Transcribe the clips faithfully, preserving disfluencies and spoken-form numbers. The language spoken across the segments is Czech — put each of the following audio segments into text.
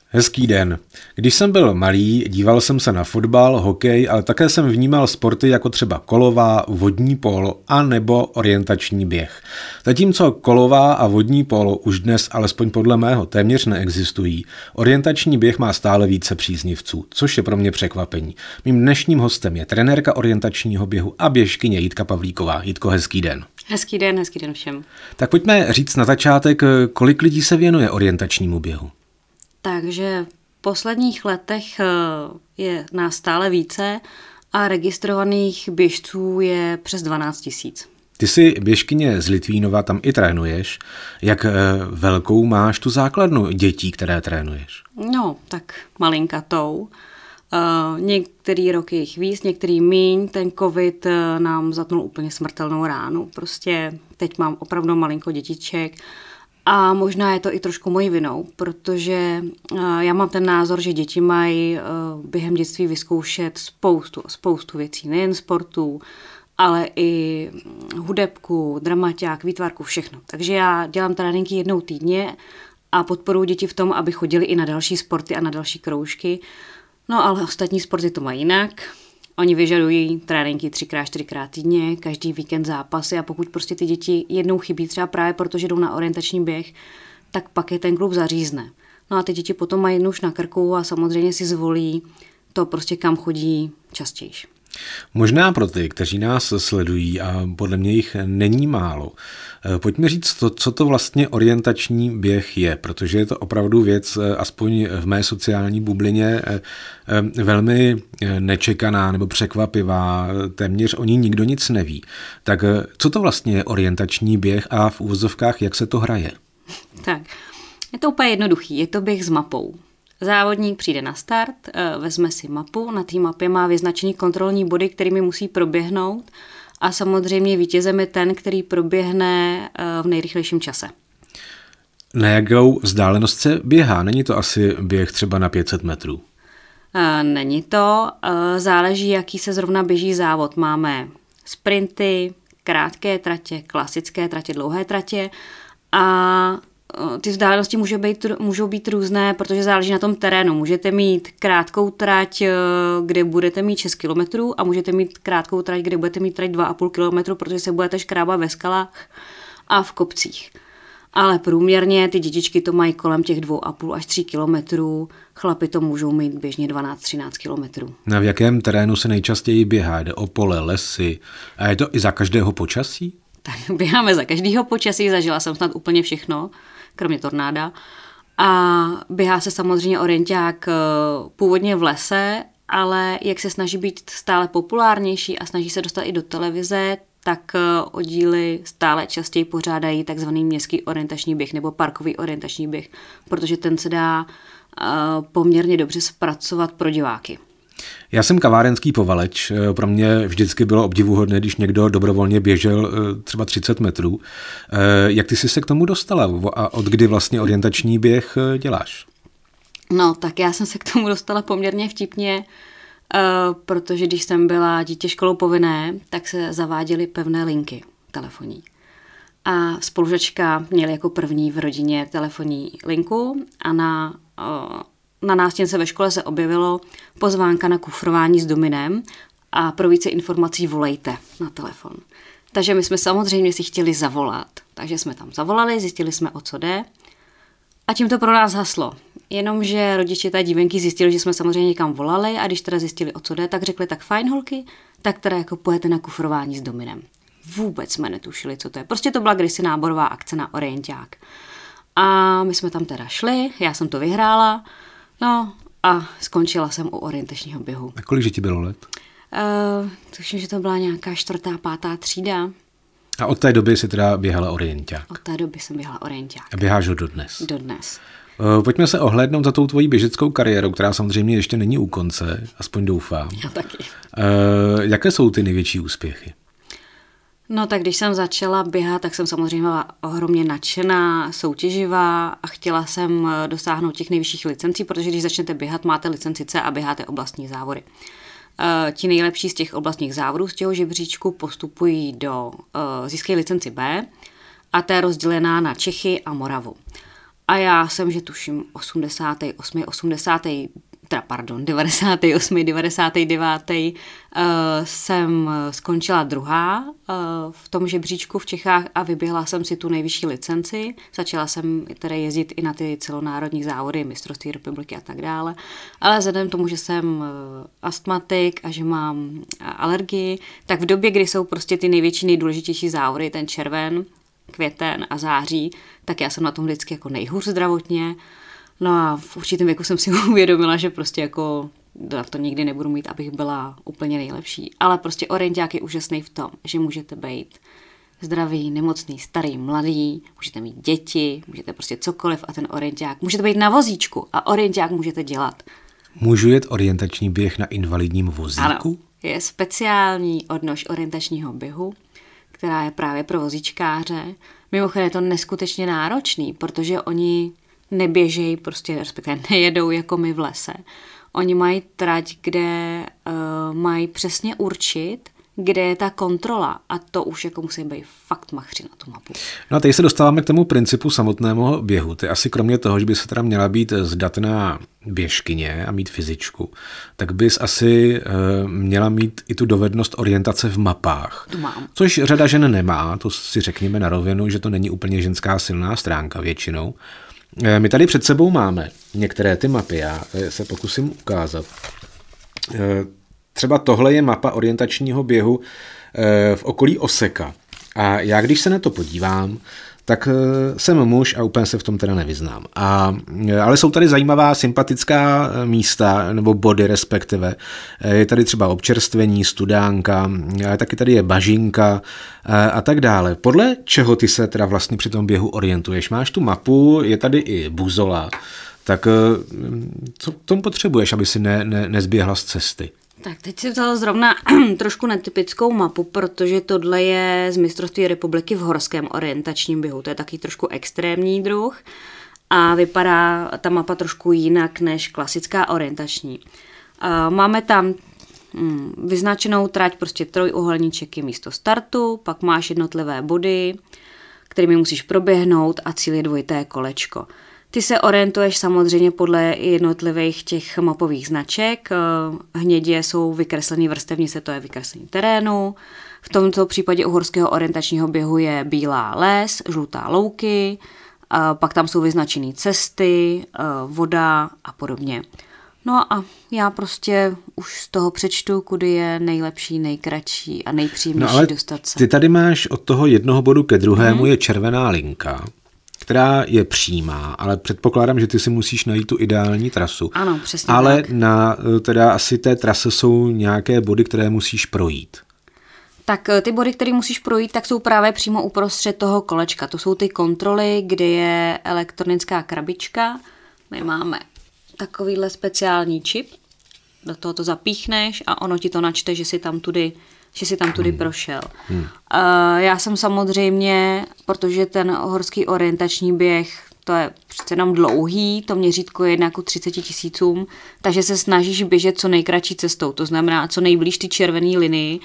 Hezký den. Když jsem byl malý, díval jsem se na fotbal, hokej, ale také jsem vnímal sporty jako třeba kolová, vodní pólo a nebo orientační běh. Zatímco kolová a vodní pólo už dnes, alespoň podle mého, téměř neexistují, orientační běh má stále více příznivců, což je pro mě překvapení. Mým dnešním hostem je trenérka orientačního běhu a běžkyně Jitka Pavlíková. Jitko, hezký den. Hezký den, hezký den všem. Tak pojďme říct na začátek, kolik lidí se věnuje orientačnímu běhu. Takže v posledních letech je nás stále více a registrovaných běžců je přes dvanáct tisíc. Ty jsi běžkyně z Litvínova, tam i trénuješ. Jak velkou máš tu základnu dětí, které trénuješ? No, tak malinkatou. Uh, některý roky jich víc, některý míň. Ten covid nám zatnul úplně smrtelnou ránu. Prostě teď mám opravdu malinko dětiček. A možná je to i trošku mojí vinou, protože uh, já mám ten názor, že děti mají uh, během dětství vyzkoušet spoustu, spoustu věcí, nejen sportů, ale i hudebku, dramaťák, výtvarku, všechno. Takže já dělám tréninky jednou týdně a podporuji děti v tom, aby chodili i na další sporty a na další kroužky. No ale ostatní sporty to mají jinak. Oni vyžadují tréninky třikrát, čtyřikrát týdně, každý víkend zápasy a pokud prostě ty děti jednou chybí třeba právě proto, že jdou na orientační běh, tak pak je ten klub zařízne. No a ty děti potom mají nůž na krku a samozřejmě si zvolí to prostě kam chodí častěji. Možná pro ty, kteří nás sledují a podle mě jich není málo, pojďme říct to, co to vlastně orientační běh je, protože je to opravdu věc, aspoň v mé sociální bublině, velmi nečekaná nebo překvapivá, téměř o ní nikdo nic neví. Tak co to vlastně je orientační běh a v úvozovkách, jak se to hraje? Tak, je to úplně jednoduchý, je to běh s mapou. Závodník přijde na start, vezme si mapu, na té mapě má vyznačený kontrolní body, kterými musí proběhnout a samozřejmě vítězem je ten, který proběhne v nejrychlejším čase. Na jakou vzdálenost se běhá? Není to asi běh třeba na pět set metrů? Není to, záleží, jaký se zrovna běží závod. Máme sprinty, krátké tratě, klasické tratě, dlouhé tratě a ty vzdálenosti můžou být, můžou být různé, protože záleží na tom terénu. Můžete mít krátkou trať, kde budete mít šest kilometrů a můžete mít krátkou trať, kde budete mít trať dva a půl kilometru, protože se budete škrábat ve skalách a v kopcích. Ale průměrně ty dětičky to mají kolem těch dva a půl až tři kilometrů, chlapi to můžou mít běžně dvanáct třináct kilometrů. Na v jakém terénu se nejčastěji běhá? Jde o pole, lesy a je to i za každého počasí? Tak běháme za každého počasí, zažila jsem snad úplně všechno, kromě tornáda. A běhá se samozřejmě orienták původně v lese, ale jak se snaží být stále populárnější a snaží se dostat i do televize, tak oddíly stále častěji pořádají takzvaný městský orientační běh nebo parkový orientační běh, protože ten se dá poměrně dobře zpracovat pro diváky. Já jsem kavárenský povaleč, pro mě vždycky bylo obdivuhodné, když někdo dobrovolně běžel třeba třicet metrů. Jak ty jsi se k tomu dostala a od kdy vlastně orientační běh děláš? No, tak já jsem se k tomu dostala poměrně vtipně, protože když jsem byla dítě školou povinné, tak se zaváděly pevné linky telefonní. A spolužačka měla jako první v rodině telefonní linku a na... Na nástěnce ve škole se objevilo pozvánka na kufrování s Dominem a pro více informací volejte na telefon. Takže my jsme samozřejmě si chtěli zavolat. Takže jsme tam zavolali, zjistili jsme, o co jde a tím to pro nás haslo. Jenomže rodiče té dívenky zjistili, že jsme samozřejmě někam volali a když teda zjistili, o co jde, tak řekli, tak fajn holky, tak teda jako pojete na kufrování s Dominem. Vůbec jsme netušili, co to je. Prostě to byla kdysi náborová akce na orienták. A my jsme tam teda šli, já jsem to vyhrála. No a skončila jsem u orientačního běhu. A kolik že ti bylo let? Uh, tuším, že to byla nějaká čtvrtá, pátá třída. A od té doby jsi teda běhala orienták? Od té doby jsem běhala orienták. A běháš ho dodnes? Dodnes. Uh, pojďme se ohlédnout za tou tvojí běžeckou kariérou, která samozřejmě ještě není u konce, aspoň doufám. Já taky. Uh, jaké jsou ty největší úspěchy? No tak když jsem začala běhat, tak jsem samozřejmě byla ohromně nadšená, soutěživá a chtěla jsem dosáhnout těch nejvyšších licencí, protože když začnete běhat, máte licenci C a běháte oblastní závody. E, ti nejlepší z těch oblastních závodů z těho žebříčku postupují do, e, získají licenci B a ta je rozdělená na Čechy a Moravu. A já jsem, že tuším osmdesátý osmý, osmdesátý teda pardon, devadesátý osmý, devadesátý devátý Uh, jsem skončila druhá uh, v tom žebříčku v Čechách a vyběhla jsem si tu nejvyšší licenci. Začala jsem tedy jezdit i na ty celonárodní závody, mistrovství republiky a tak dále. Ale vzhledem k tomu, že jsem uh, astmatik a že mám uh, alergii, tak v době, kdy jsou prostě ty největší, nejdůležitější závody, ten červen, květen a září, tak já jsem na tom vždycky jako nejhůř zdravotně. No a v určitém věku jsem si uvědomila, že prostě jako na to nikdy nebudu mít, abych byla úplně nejlepší. Ale prostě orienták je úžasný v tom, že můžete být zdravý, nemocný, starý, mladý, můžete mít děti, můžete prostě cokoliv a ten orienták, můžete být na vozíčku a orienták můžete dělat. Můžu jet orientační běh na invalidním vozíku? Ano, je speciální odnož orientačního běhu, která je právě pro vozíčkáře. Mimochodem je to neskutečně náročný, protože oni neběžejí, prostě respektive nejedou jako my v lese. Oni mají trať, kde uh, mají přesně určit, kde je ta kontrola a to už jako musí být fakt machři na tu mapu. No a teď se dostáváme k tomu principu samotného běhu. Ty asi kromě toho, že by se teda měla být zdatná běžkyně a mít fyzičku, tak bys asi uh, měla mít i tu dovednost orientace v mapách. To mám. Což řada žen nemá, to si řekněme na rovinu, že to není úplně ženská silná stránka většinou. My tady před sebou máme některé ty mapy, já se pokusím ukázat. Třeba tohle je mapa orientačního běhu v okolí Oseka. A já když se na to podívám, tak jsem muž a úplně se v tom teda nevyznám. A, ale jsou tady zajímavá, sympatická místa, nebo body respektive. Je tady třeba občerstvení, studánka, ale taky tady je bažinka a, a tak dále. Podle čeho ty se teda vlastně při tom běhu orientuješ? Máš tu mapu, je tady i buzola, tak co k tomu potřebuješ, aby si ne, ne, nezběhla z cesty? Tak teď si vzala zrovna trošku netypickou mapu, protože tohle je z mistrovství republiky v horském orientačním běhu. To je taky trošku extrémní druh a vypadá ta mapa trošku jinak než klasická orientační. Máme tam vyznačenou trať, prostě trojúhelníček je místo startu, pak máš jednotlivé body, kterými musíš proběhnout a cíl je dvojité kolečko. Ty se orientuješ samozřejmě podle jednotlivých těch mapových značek. Hnědě jsou vykreslený vrstevnice, to je vykreslení terénu. V tomto případě u horského orientačního běhu je bílá les, žlutá louky, pak tam jsou vyznačené cesty, voda a podobně. No a já prostě už z toho přečtu, kudy je nejlepší, nejkratší a nejpříjemnější no dostat se. Ty tady máš od toho jednoho bodu ke druhému hmm. je červená linka, která je přímá, ale předpokládám, že ty si musíš najít tu ideální trasu. Ano, přesně ale tak. na teda asi té trase jsou nějaké body, které musíš projít. Tak ty body, které musíš projít, tak jsou právě přímo uprostřed toho kolečka. To jsou ty kontroly, kde je elektronická krabička. My máme takovýhle speciální čip. Do toho to zapíchneš a ono ti to načte, že si tam tudy že si tam tudy hmm. prošel. Hmm. Uh, já jsem samozřejmě, protože ten horský orientační běh, to je přece jenom dlouhý, to měřítko je jedna ku třiceti tisícům, takže se snažíš běžet co nejkratší cestou, to znamená co nejblíž ty červené linii,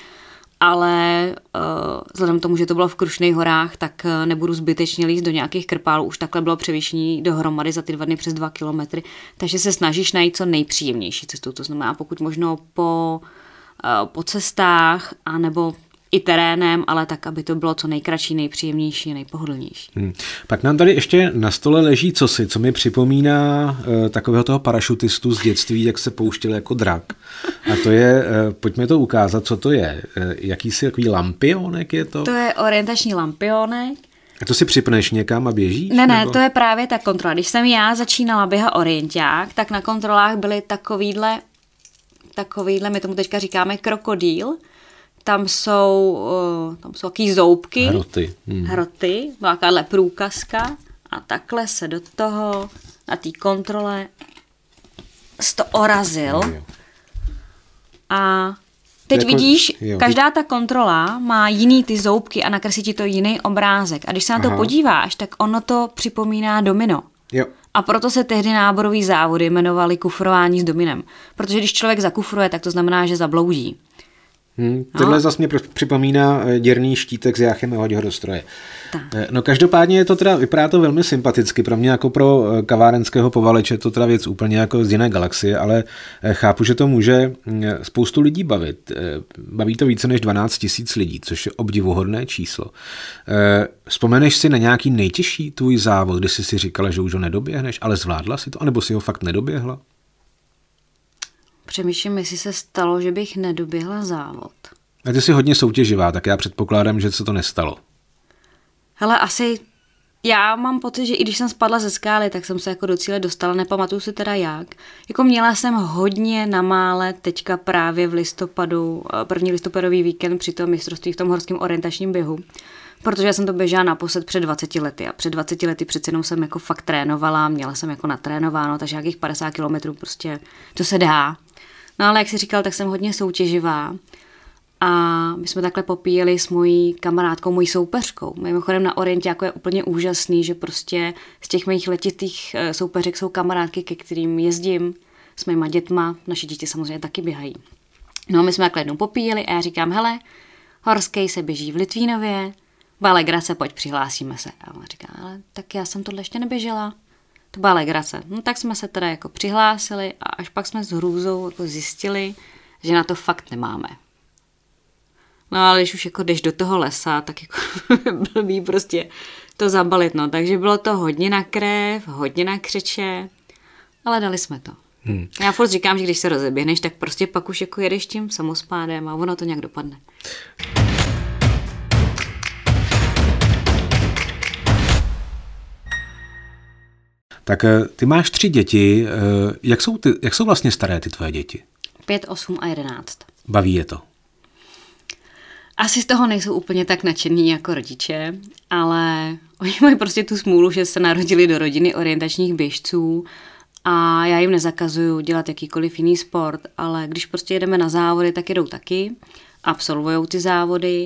ale uh, vzhledem k tomu, že to bylo v Krušných horách, tak uh, nebudu zbytečně líst do nějakých krpálů, už takhle bylo převýšení dohromady za ty dva dny přes dva kilometry, takže se snažíš najít co nejpříjemnější cestou, to znamená pokud možno po po cestách, anebo i terénem, ale tak, aby to bylo co nejkratší, nejpříjemnější, nejpohodlnější. Hmm. Pak nám tady ještě na stole leží cosi, co mi připomíná uh, takového toho parašutistu z dětství, jak se pouštěl jako drak. A to je, uh, pojďme to ukázat, co to je. Uh, jakýsi takový lampionek je to? To je orientační lampionek. A to si připneš někam a běžíš? Ne, ne, nebo? To je právě ta kontrola. Když jsem já začínala běhat orienták, tak na kontrolách byly takovýhle takovýhle, my tomu teďka říkáme krokodýl, tam jsou, tam jsou taký zoubky, hroty, hmm. hroty, takováhle průkazka a takhle se do toho na té kontrole to orazil no, a teď jako, vidíš, jo, každá ta kontrola má jiný ty zoubky a nakreslí ti to jiný obrázek a když se na to Aha. podíváš, tak ono to připomíná domino. Jo. A proto se tehdy náborový závody jmenovaly kufrování s dominem. Protože když člověk zakufruje, tak to znamená, že zabloudí. Hmm, tohle no. Zase mě připomíná děrný štítek z Jáchyma Hoď ho do stroje. Tak. No každopádně je to teda, vypadá to velmi sympaticky, pro mě jako pro kavárenského povaleče je to teda věc úplně jako z jiné galaxie, ale chápu, že to může spoustu lidí bavit. Baví to více než dvanáct tisíc lidí, což je obdivuhodné číslo. Vzpomeneš si na nějaký nejtěžší tvůj závod, kdy jsi si říkala, že už ho nedoběhneš, ale zvládla si to, anebo si ho fakt nedoběhla? Přemýšlím, jestli se stalo, že bych nedoběhla závod. A ty jsi hodně soutěživá, tak já předpokládám, že se to nestalo. Hele, asi já mám pocit, že i když jsem spadla ze skály, tak jsem se jako do cíle dostala, nepamatuju si teda jak. Jako měla jsem hodně na mále teďka právě v listopadu, první listopadový víkend při tom mistrovství v tom horském orientačním běhu. Protože já jsem to běžela naposled před dvaceti lety a před dvaceti lety přece jenom jsem jako fakt trénovala, měla jsem jako natrénováno, takže nějakých padesát kilometrů prostě to se dá. No ale jak jsi říkal, tak jsem hodně soutěživá a my jsme takhle popíjeli s mojí kamarádkou, mojí soupeřkou. Mimochodem na orientáku je úplně úžasný, že prostě z těch mých letitých soupeřek jsou kamarádky, ke kterým jezdím s mýma dětma, naše děti samozřejmě taky běhají. No a my jsme takhle jednou popíjeli a já říkám, hele, horský se běží v Litvínově, byla legrace, pojď přihlásíme se. A on říká, ale tak já jsem tohle ještě neběžela. To byla legrace. No tak jsme se teda jako přihlásili a až pak jsme s hrůzou jako zjistili, že na to fakt nemáme. No ale když už jako jdeš do toho lesa, tak jako blbý prostě to zabalit, no. Takže bylo to hodně na krev, hodně na křeče, ale dali jsme to. Hmm. Já furt říkám, že když se rozeběhneš, tak prostě pak už jako jedeš tím samospádem a ono to nějak dopadne. Tak ty máš tři děti. Jak jsou, ty, jak jsou vlastně staré ty tvoje děti? Pět, osm a jedenáct. Baví je to? Asi z toho nejsou úplně tak nadšení jako rodiče, ale oni mají prostě tu smůlu, že se narodili do rodiny orientačních běžců a já jim nezakazuju dělat jakýkoliv jiný sport, ale když prostě jedeme na závody, tak jedou taky, absolvujou ty závody.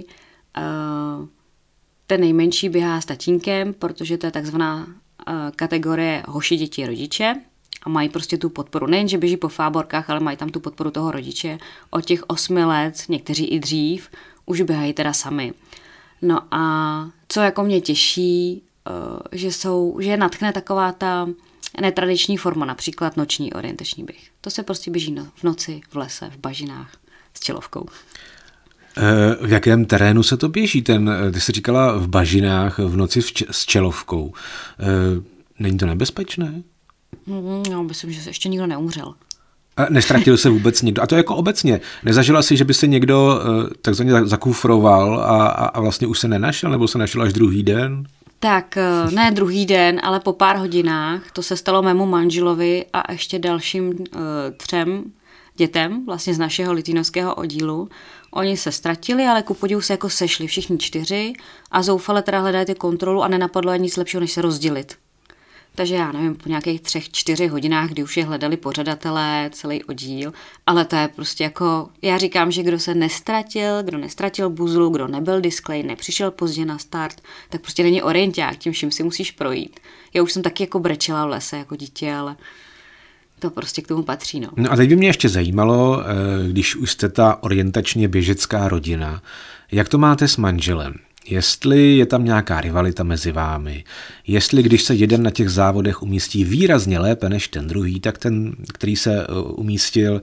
Ten nejmenší běhá s tatínkem, protože to je takzvaná kategorie hoši, děti, rodiče a mají prostě tu podporu. Nejen, že běží po fáborkách, ale mají tam tu podporu toho rodiče. Od těch osmi let, někteří i dřív, už běhají teda sami. No a co jako mě těší, že, jsou, že natchne taková ta netradiční forma, například noční orientační běh. To se prostě běží v noci, v lese, v bažinách s čelovkou. V jakém terénu se to běží? Ten, ty jsi říkala v bažinách, v noci s čelovkou. Není to nebezpečné? No, myslím, že se ještě nikdo neumřel. A nestratil se vůbec někdo? A to jako obecně. Nezažila si, že by se někdo takzvaně zakufroval a, a vlastně už se nenašel? Nebo se našel až druhý den? Tak ne druhý den, ale po pár hodinách. To se stalo mému manželovi a ještě dalším uh, třem dětem, vlastně z našeho litvínovského oddílu. Oni se ztratili, ale ku podivu se jako sešli všichni čtyři a zoufale teda hledají kontrolu a nenapadlo je nic lepšího, než se rozdělit. Takže já nevím, po nějakých třech, čtyři hodinách, kdy už je hledali pořadatelé, celý oddíl, ale to je prostě jako, já říkám, že kdo se nestratil, kdo nestratil buzlu, kdo nebyl disklej, nepřišel pozdě na start, tak prostě není orienták, tím vším si musíš projít. Já už jsem taky jako brečela v lese jako dítě, ale to prostě k tomu patří, no. No a teď by mě ještě zajímalo, když už jste ta orientačně běžecká rodina, jak to máte s manželem? Jestli je tam nějaká rivalita mezi vámi, jestli když se jeden na těch závodech umístí výrazně lépe než ten druhý, tak ten, který se umístil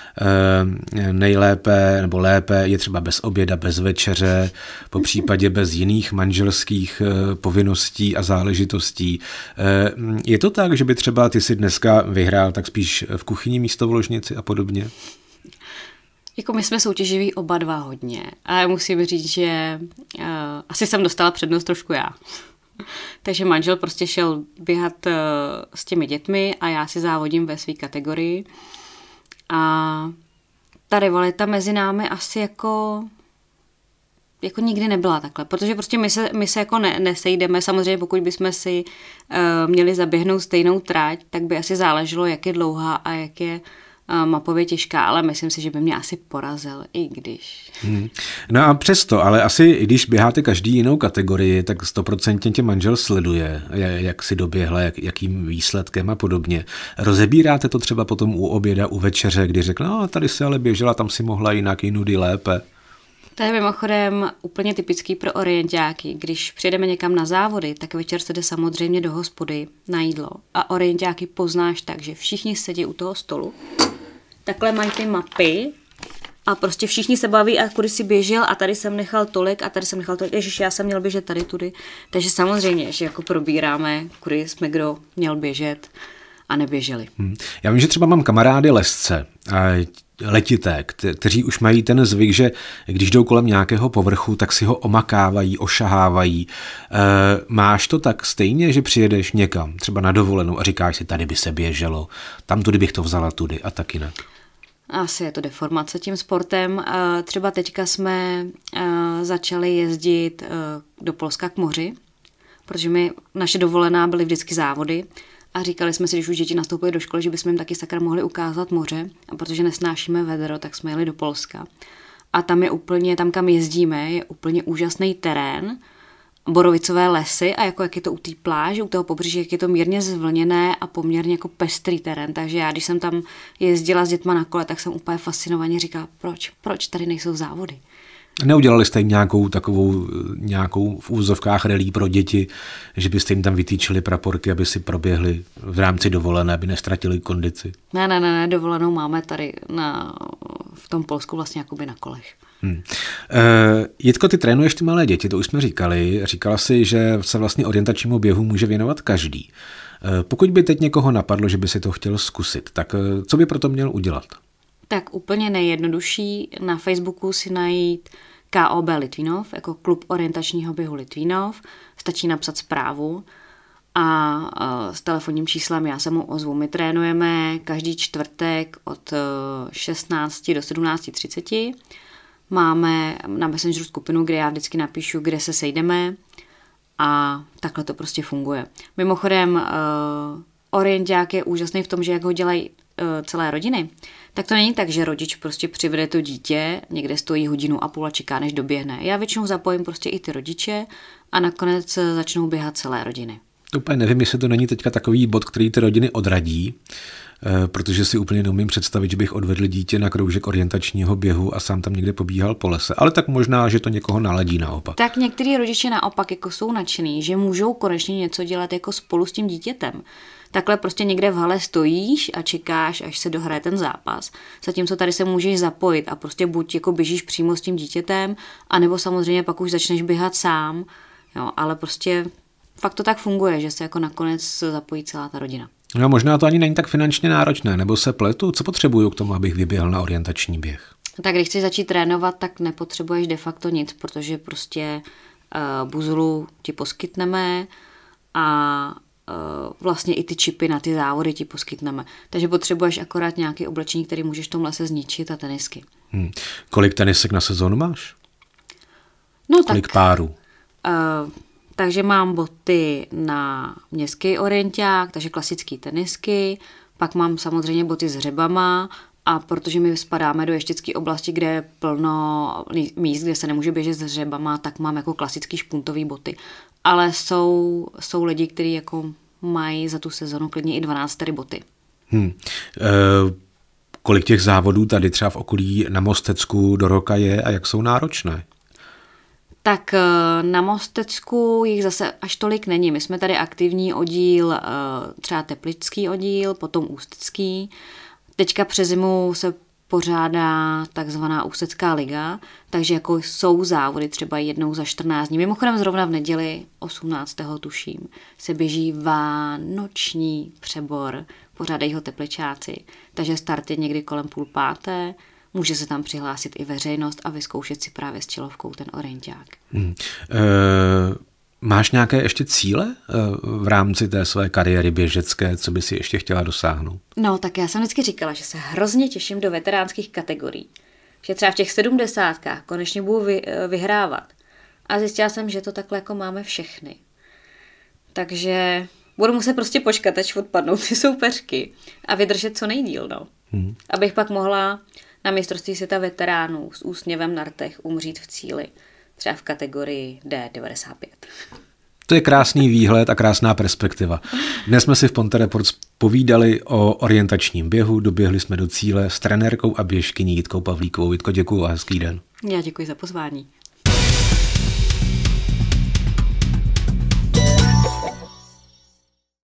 nejlépe nebo lépe, je třeba bez oběda, bez večeře, po případě bez jiných manželských povinností a záležitostí. Je to tak, že by třeba ty si dneska vyhrál tak spíš v kuchyni místo v ložnici a podobně? Jako my jsme soutěživí oba dva hodně a musím říct, že uh, asi jsem dostala přednost trošku já. Takže manžel prostě šel běhat uh, s těmi dětmi a já si závodím ve své kategorii. A ta rivalita mezi námi asi jako, jako nikdy nebyla takhle, protože prostě my se, my se jako ne, nesejdeme. Samozřejmě pokud bychom si uh, měli zaběhnout stejnou trať, tak by asi záleželo, jak je dlouhá a jak je mapově těžká, ale myslím si, že by mě asi porazil, i když. Hmm. No a přesto, ale asi když běháte každý jinou kategorii, tak stoprocentně tě manžel sleduje, jak si doběhla, jak, jakým výsledkem a podobně. Rozebíráte to třeba potom u oběda, u večeře, kdy řekne, no tady si ale běžela, tam si mohla jinak, jinudy lépe. To je mimochodem úplně typický pro orientáky. Když přijedeme někam na závody, tak večer se jde samozřejmě do hospody na jídlo. A orientáky poznáš tak, že všichni sedí u toho stolu, takhle mají ty mapy a prostě všichni se baví a kudy si běžel a tady jsem nechal tolik a tady jsem nechal tolik. Ježiš, já jsem měl běžet tady, tudy. Takže samozřejmě, že jako probíráme, kudy jsme kdo měl běžet a neběželi. Hmm. Já vím, že třeba mám kamarády lesce a letité, kteří už mají ten zvyk, že když jdou kolem nějakého povrchu, tak si ho omakávají, ošahávají. E, máš to tak stejně, že přijedeš někam, třeba na dovolenou a říkáš si, tady by se běželo, tam tudy bych to vzala tudy a tak jinak. Asi je to deformace tím sportem. Třeba teďka jsme začali jezdit do Polska k moři, protože my, naše dovolená byly vždycky závody a říkali jsme si, když už děti nastoupily do školy, že bychom jim taky sakra mohli ukázat moře, a protože nesnášíme vedro, tak jsme jeli do Polska. A tam je úplně, tam kam jezdíme, je úplně úžasný terén, borovicové lesy a jako jak je to u té pláže, u toho pobřeží, jak je to mírně zvlněné a poměrně jako pestrý terén. Takže já, když jsem tam jezdila s dětma na kole, tak jsem úplně fascinovaně říkala, proč, proč tady nejsou závody. Neudělali jste jim nějakou takovou, nějakou v úzovkách relí pro děti, že byste jim tam vytýčili praporky, aby si proběhli v rámci dovolené, aby nestratili kondici? Ne, ne, ne, ne, dovolenou máme tady na, v tom Polsku vlastně jakoby na kolech. Hmm. E, Jitko, ty trénuješ ty malé děti, to už jsme říkali. Říkala jsi, že se vlastně orientačnímu běhu může věnovat každý. E, pokud by teď někoho napadlo, že by si to chtěl zkusit, tak co by proto měl udělat? Tak úplně nejjednodušší na Facebooku si najít K O B Litvínov, jako klub orientačního běhu Litvínov. Stačí napsat zprávu a s telefonním číslem já se mu ozvu. My trénujeme každý čtvrtek od šestnáct do sedmnáct třicet. Máme na Messengeru skupinu, kde já vždycky napíšu, kde se sejdeme a takhle to prostě funguje. Mimochodem, orienták je úžasný v tom, že jak ho dělají celé rodiny, tak to není tak, že rodič prostě přivede to dítě, někde stojí hodinu a půl a čeká, než doběhne. Já většinou zapojím prostě i ty rodiče a nakonec začnou běhat celé rodiny. Úplně nevím, jestli to není teďka takový bod, který ty rodiny odradí, protože si úplně neumím představit, že bych odvedl dítě na kroužek orientačního běhu a sám tam někde pobíhal po lese. Ale tak možná, že to někoho naladí naopak. Tak některý rodiče naopak jako jsou nadšený, že můžou konečně něco dělat jako spolu s tím dítětem. Takhle prostě někde v hale stojíš a čekáš, až se dohraje ten zápas. Zatímco tady se můžeš zapojit a prostě buď jako běžíš přímo s tím dítětem, anebo samozřejmě pak už začneš běhat sám. Jo, ale prostě fakt to tak funguje, že se jako nakonec zapojí celá ta rodina. No možná to ani není tak finančně náročné, nebo se pletu. Co potřebuju k tomu, abych vyběhl na orientační běh? Tak když chceš začít trénovat, tak nepotřebuješ de facto nic, protože prostě uh, buzulu ti poskytneme a uh, vlastně i ty čipy na ty závody ti poskytneme. Takže potřebuješ akorát nějaké oblečení, které můžeš v tom lese zničit a tenisky. Hmm. Kolik tenisek na sezónu máš? No Kolik tak, párů? Uh, takže mám boty na městský orienták, takže klasické tenisky, pak mám samozřejmě boty s hřebama a protože my spadáme do ještěcké oblasti, kde je plno míst, kde se nemůže běžet s hřebama, tak mám jako klasický špuntový boty. Ale jsou, jsou lidi, kteří jako mají za tu sezonu klidně i dvanáct boty. Hmm. E, kolik těch závodů tady třeba v okolí na Mostecku do roka je a jak jsou náročné? Tak na Mostecku jich zase až tolik není. My jsme tady aktivní oddíl, třeba teplický oddíl, potom ústecký. Teďka přes zimu se pořádá takzvaná ústecká liga, takže jako jsou závody třeba jednou za čtrnáct dní. Mimochodem zrovna v neděli osmnáctého tuším se běží vánoční přebor, pořádají ho tepličáci, takže start je někdy kolem půl páté. Může se tam přihlásit i veřejnost a vyzkoušet si právě s čelovkou ten orienták. Hmm. E, máš nějaké ještě cíle e, v rámci té své kariéry běžecké, co by si ještě chtěla dosáhnout? No, tak já jsem vždycky říkala, že se hrozně těším do veteránských kategorií. Že třeba v těch sedmdesátkách konečně budu vy, vyhrávat. A zjistila jsem, že to takhle jako máme všechny. Takže budu muset prostě počkat, až odpadnou ty soupeřky a vydržet co nejdýl, no. Hmm. Abych pak mohla na mistrovství světa veteránů s úsměvem na rtech umřít v cíli, třeba v kategorii D devadesát pět. To je krásný výhled a krásná perspektiva. Dnes jsme si v Ponte Reports povídali o orientačním běhu, doběhli jsme do cíle s trenérkou a běžkyní Jitkou Pavlíkovou. Jitko, děkuju a hezký den. Já děkuji za pozvání.